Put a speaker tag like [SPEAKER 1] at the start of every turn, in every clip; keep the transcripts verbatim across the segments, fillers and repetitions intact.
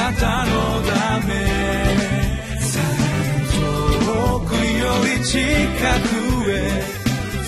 [SPEAKER 1] なたのため遠くより近くへ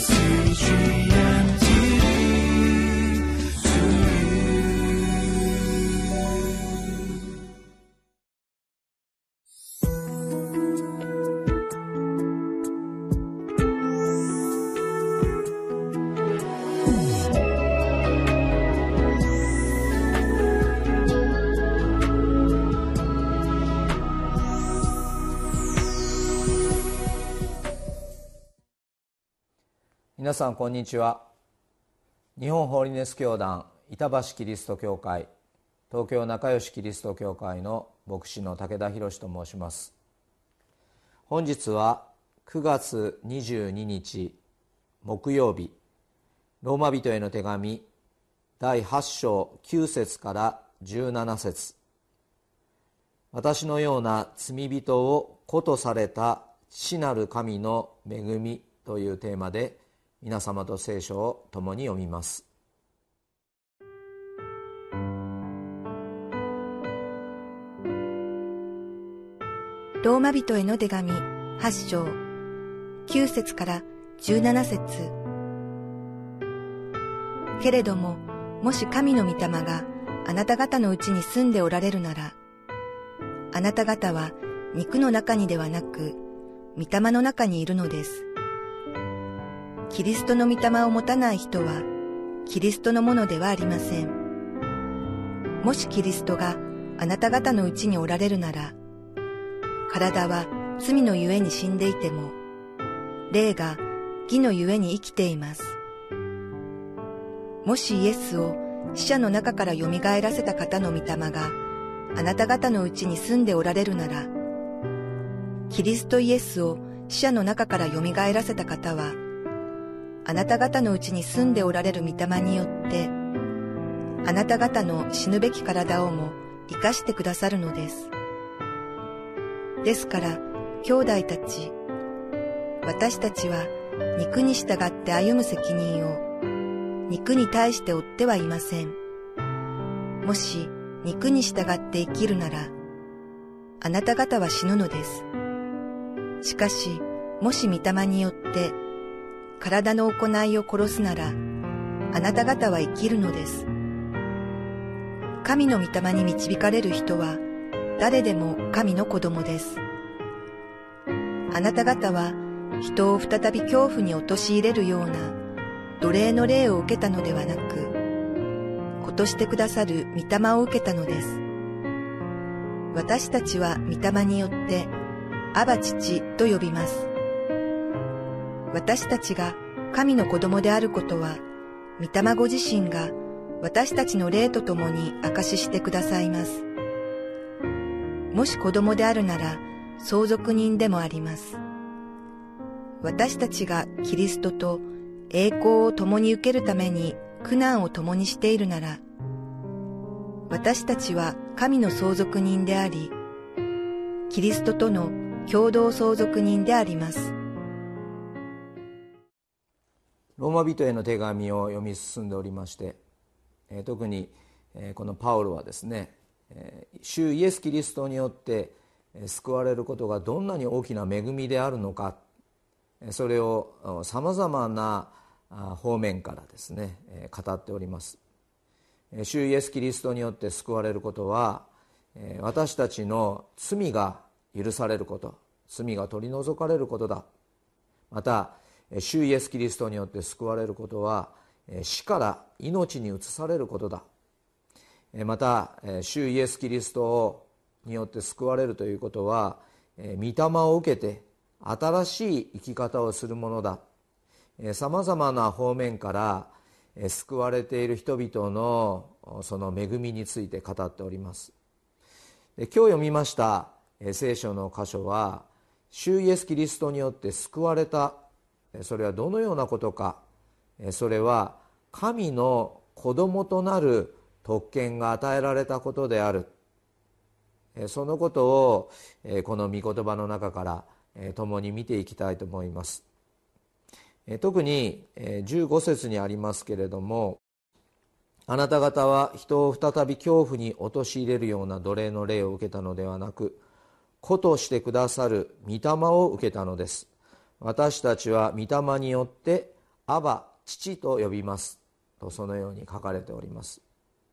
[SPEAKER 2] 皆さんこんにちは。日本ホーリネス教団板橋キリスト教会、東京仲良しキリスト教会の牧師の武田博と申します。本日はくがつにじゅうににち木曜日、ローマ人への手紙だいはちしょうきゅうせつからじゅうななせつ、私のような罪人を子とされた父なる神の恵みというテーマで皆様と聖書を共に読みます。
[SPEAKER 3] ローマ人への手紙はちしょうきゅうせつからじゅうななせつ。けれども、もし神の御霊があなた方のうちに住んでおられるなら、あなた方は肉の中にではなく、御霊の中にいるのです。キリストの御霊を持たない人は、キリストのものではありません。もしキリストがあなた方のうちにおられるなら、体は罪のゆえに死んでいても、霊が義のゆえに生きています。もしイエスを死者の中からよみがえらせた方の御霊があなた方のうちに住んでおられるなら、キリストイエスを死者の中からよみがえらせた方は、あなた方のうちに住んでおられる御霊によって、あなた方の死ぬべき体をも生かしてくださるのです。ですから、兄弟たち、私たちは肉に従って歩む責任を肉に対して負ってはいません。もし肉に従って生きるなら、あなた方は死ぬのです。しかし、もし御霊によって体の行いを殺すなら、あなた方は生きるのです。神の御霊に導かれる人は、誰でも神の子供です。あなた方は、人を再び恐怖に陥れるような奴隷の霊を受けたのではなく、子としてくださる御霊を受けたのです。私たちは御霊によって、アバ父と呼びます。私たちが神の子供であることは、御霊ご自身が私たちの霊とともに証ししてくださいます。もし子供であるなら、相続人でもあります。私たちがキリストと栄光を共に受けるために苦難を共にしているなら、私たちは神の相続人であり、キリストとの共同相続人であります。
[SPEAKER 2] ローマ人への手紙を読み進んでおりまして、えー、特に、えー、このパウロはですね、えー、主イエス・キリストによって救われることがどんなに大きな恵みであるのか、それをさまざまな方面からですね語っております。主イエス・キリストによって救われることは、私たちの罪が許されること、罪が取り除かれることだ。また主イエス・キリストによって救われることは、死から命に移されることだ。また主イエス・キリストによって救われるということは、御霊を受けて新しい生き方をするものだ。さまざまな方面から救われている人々のその恵みについて語っております。今日読みました聖書の箇所は、主イエス・キリストによって救われた、それはどのようなことか。それは神の子供となる特権が与えられたことである。そのことをこの御言葉の中から共に見ていきたいと思います。特にじゅうごせつにありますけれども、 あなた方は人を再び恐怖に陥れるような奴隷の霊を受けたのではなく、子としてくださる御霊を受けたのです。私たちは御霊によってアバ、父と呼びますと、そのように書かれております。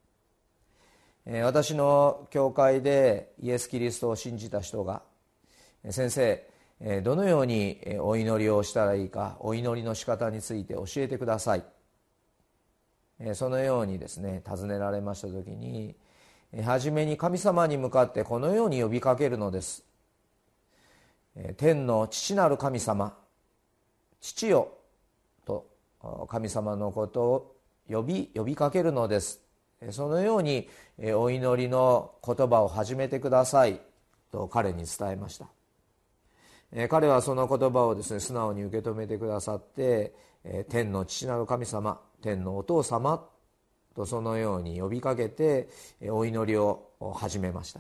[SPEAKER 2] 私の教会でイエス・キリストを信じた人が、先生、どのようにお祈りをしたらいいか、お祈りの仕方について教えてください、そのようにですね尋ねられましたときに、初めに神様に向かってこのように呼びかけるのです。天の父なる神様、父よと神様のことを呼び呼びかけるのです。そのようにお祈りの言葉を始めてくださいと彼に伝えました。彼はその言葉をですね素直に受け止めてくださって、天の父なる神様、天のお父様とそのように呼びかけてお祈りを始めました。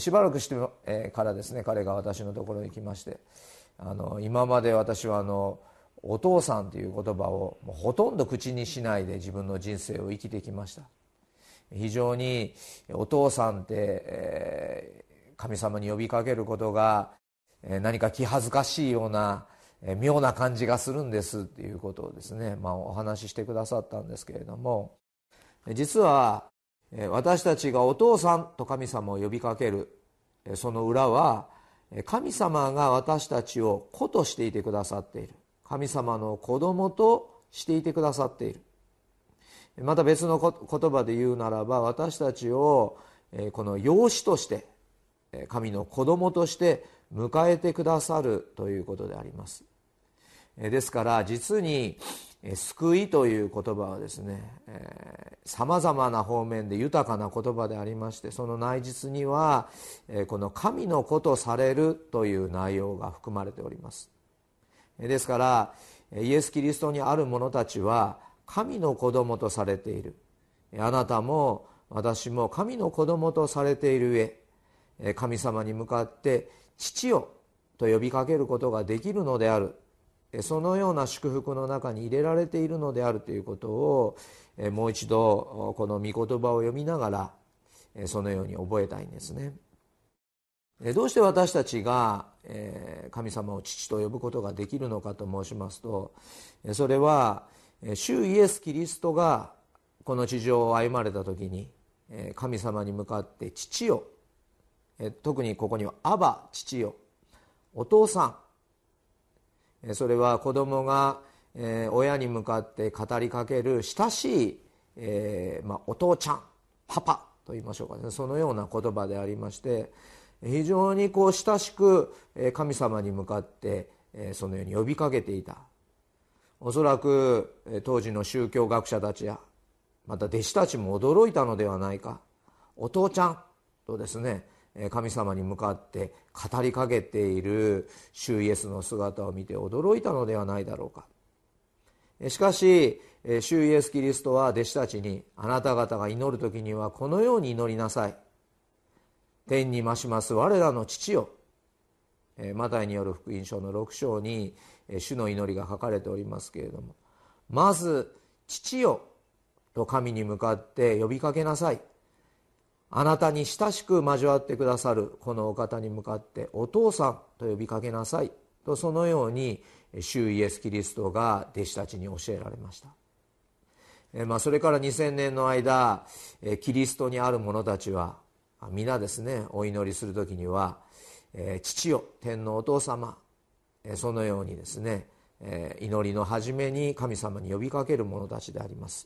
[SPEAKER 2] しばらくしてからですね、彼が私のところに来まして、あの今まで私はあのお父さんという言葉をほとんど口にしないで自分の人生を生きてきました。非常にお父さんって、えー、神様に呼びかけることが何か気恥ずかしいような妙な感じがするんですっていうことをですね、まあ、お話ししてくださったんですけれども、実は私たちがお父さんと神様を呼びかけるその裏は、神様が私たちを子としていてくださっている、神様の子供としていてくださっている。また別の言葉で言うならば、私たちをこの養子として神の子供として迎えてくださるということであります。ですから実に救いという言葉はですね、さまざまな方面で豊かな言葉でありまして、その内実にはこの神の子とされるという内容が含まれております。ですからイエス・キリストにある者たちは神の子供とされている。あなたも私も神の子供とされている上、神様に向かって父よと呼びかけることができるのである。そのような祝福の中に入れられているのであるということを、もう一度この御言葉を読みながらそのように覚えたいんですね。どうして私たちが神様を父と呼ぶことができるのかと申しますと、それは主イエス・キリストがこの地上を歩まれた時に神様に向かって父よ、特にここにはアバ、父よ、お父さん、それは子供が親に向かって語りかける親しい、えーまあ、お父ちゃん、パパと言いましょうかね、そのような言葉でありまして、非常にこう親しく神様に向かってそのように呼びかけていた。おそらく当時の宗教学者たちやまた弟子たちも驚いたのではないか。お父ちゃんとですね、神様に向かって語りかけている主イエスの姿を見て驚いたのではないだろうか。しかし主イエスキリストは弟子たちに、あなた方が祈る時にはこのように祈りなさい。天に増します我らの父よ。マタイによる福音書のろく章に主の祈りが書かれておりますけれども、まず父よと神に向かって呼びかけなさい。あなたに親しく交わってくださるこのお方に向かってお父さんと呼びかけなさいと、そのように主イエスキリストが弟子たちに教えられました。えまあ、それからにせんねんの間キリストにある者たちは皆ですね、お祈りするときには父よ、天のお父様、そのようにですね、祈りの初めに神様に呼びかける者たちであります。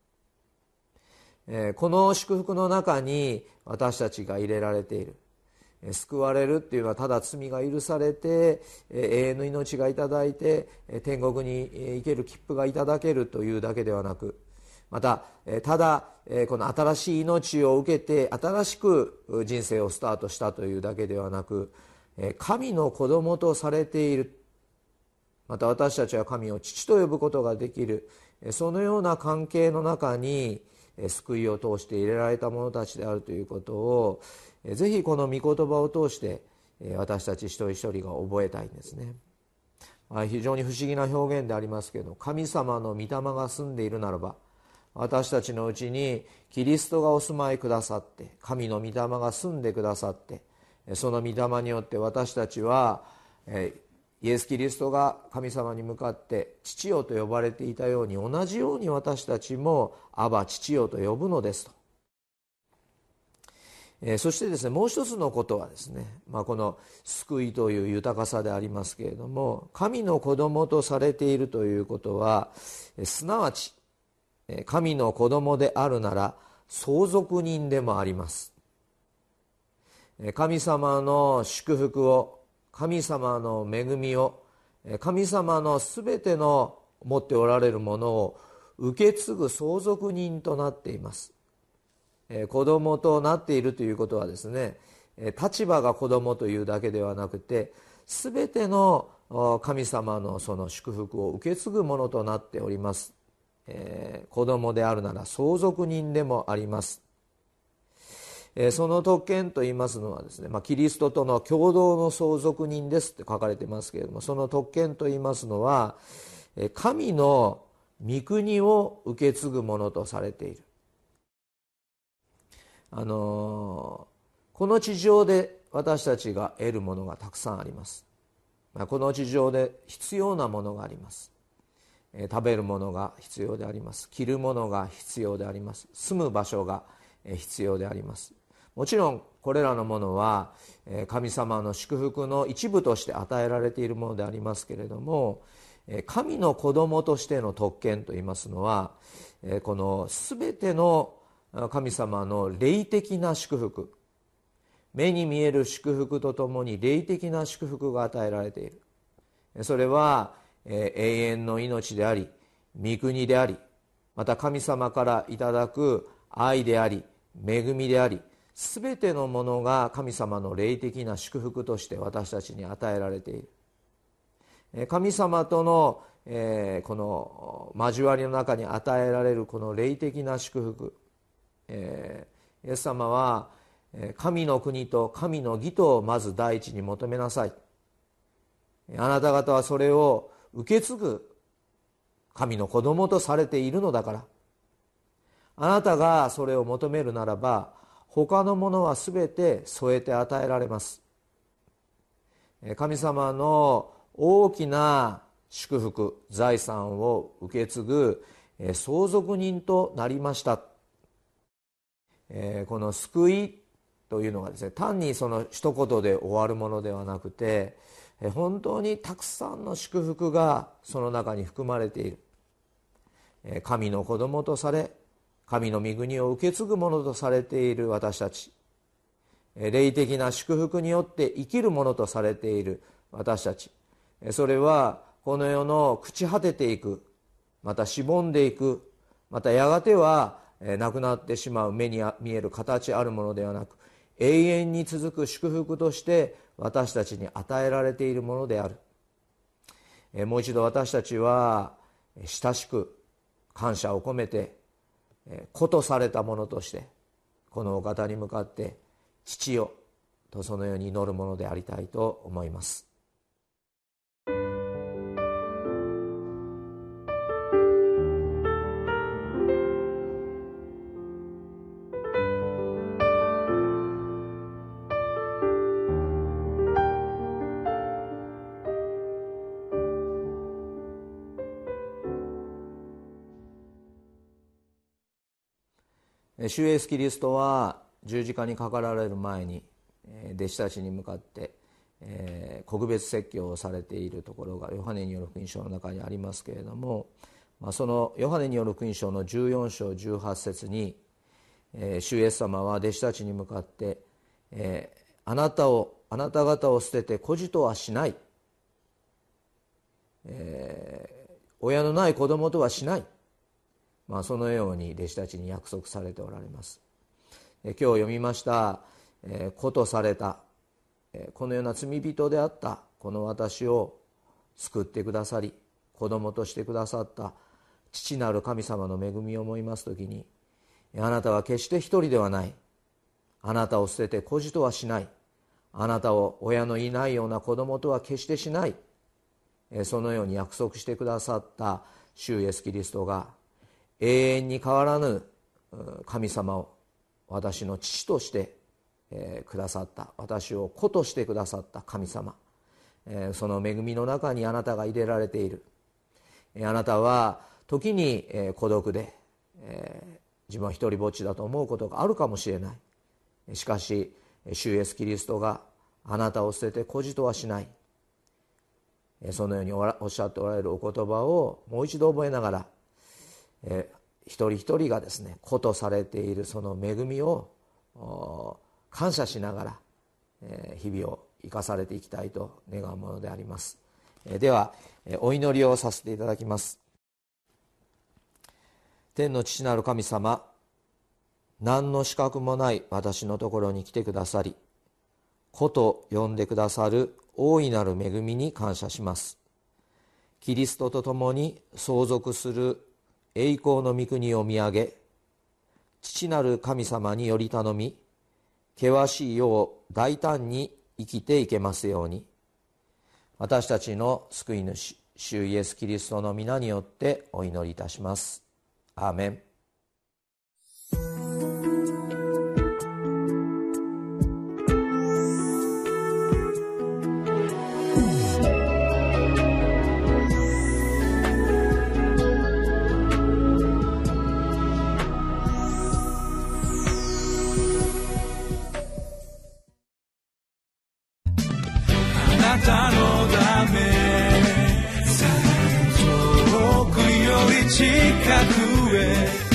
[SPEAKER 2] この祝福の中に私たちが入れられている。救われるっていうのはただ罪が許されて永遠の命がいただいて天国に行ける切符がいただけるというだけではなく、またただこの新しい命を受けて新しく人生をスタートしたというだけではなく、神の子供とされている、また私たちは神を父と呼ぶことができる、そのような関係の中に救いを通して入れられた者たちであるということを、ぜひこの御言葉を通して私たち一人一人が覚えたいんですね。非常に不思議な表現でありますけれど、神様の御霊が住んでいるならば私たちのうちにキリストがお住まいくださって、神の御霊が住んでくださって、その御霊によって私たちはイエス・キリストが神様に向かって父よと呼ばれていたように、同じように私たちもアバ父よと呼ぶのですと。えー、そしてですね、もう一つのことはですね、まあ、この救いという豊かさでありますけれども、神の子供とされているということは、すなわち神の子供であるなら相続人でもあります。神様の祝福を、神様の恵みを、神様のすべての持っておられるものを受け継ぐ相続人となっています。子供となっているということはですね、立場が子供というだけではなくて、すべての神様のその祝福を受け継ぐものとなっております。えー、子供であるなら相続人でもあります。えー、その特権といいますのはですね、まあ、キリストとの共同の相続人ですって書かれていますけれども、その特権といいますのは、神の御国を受け継ぐものとされている。あのー、この地上で私たちが得るものがたくさんあります。この地上で必要なものがあります。食べるものが必要であります。着るものが必要であります。住む場所が必要であります。もちろんこれらのものは神様の祝福の一部として与えられているものでありますけれども、神の子供としての特権といいますのは、この全ての神様の霊的な祝福、目に見える祝福とともに霊的な祝福が与えられている。それは永遠の命であり、御国であり、また神様からいただく愛であり、恵みであり、すべてのものが神様の霊的な祝福として私たちに与えられている。神様とのこの交わりの中に与えられるこの霊的な祝福、イエス様は神の国と神の義とをまず第一に求めなさい。あなた方はそれを受け継ぐ神の子供とされているのだから、あなたがそれを求めるならば他のものはすべて添えて与えられます。神様の大きな祝福、財産を受け継ぐ相続人となりました。この救いというのがですね、単にその一言で終わるものではなくて、本当にたくさんの祝福がその中に含まれている。神の子供とされ、神の御国を受け継ぐものとされている私たち、霊的な祝福によって生きるものとされている私たち、それはこの世の朽ち果てていく、またしぼんでいく、またやがてはなくなってしまう目に見える形あるものではなく、永遠に続く祝福として私たちに与えられているものである。もう一度私たちは親しく感謝を込めて子とされたものとしてこのお方に向かって父よとそのように祈るものでありたいと思います。主イエスキリストは十字架にかかられる前に弟子たちに向かって告別説教をされているところがヨハネによる福音書の中にありますけれども、そのヨハネによる福音書のじゅうよん章じゅうはち節に主イエス様は弟子たちに向かってあなたをあなた方を捨てて孤児とはしない、親のない子供とはしない、まあ、そのように弟子たちに約束されておられます。今日読みました子とされたこのような罪人であったこの私を救ってくださり子供としてくださった父なる神様の恵みを思いますときに、あなたは決して一人ではない、あなたを捨てて孤児とはしない、あなたを親のいないような子供とは決してしない、そのように約束してくださった主イエスキリストが永遠に変わらぬ神様を私の父としてくださった、私を子としてくださった神様、その恵みの中にあなたが入れられている。あなたは時に孤独で自分は一人ぼっちだと思うことがあるかもしれない。しかし主イエスキリストがあなたを捨てて孤児とはしない、そのようにおっしゃっておられるお言葉をもう一度覚えながら、えー、一人一人がですね、子とされているその恵みを感謝しながら、えー、日々を生かされていきたいと願うものであります。えー、ではお祈りをさせていただきます。天の父なる神様、何の資格もない私のところに来てくださり、子と呼んでくださる大いなる恵みに感謝します。キリストと共に相続する栄光の御国を見上げ、父なる神様により頼み、険しい世を大胆に生きていけますように、私たちの救い主主イエスキリストの皆によってお祈りいたします。アーメン。
[SPEAKER 1] あなたのため遠くより近くへ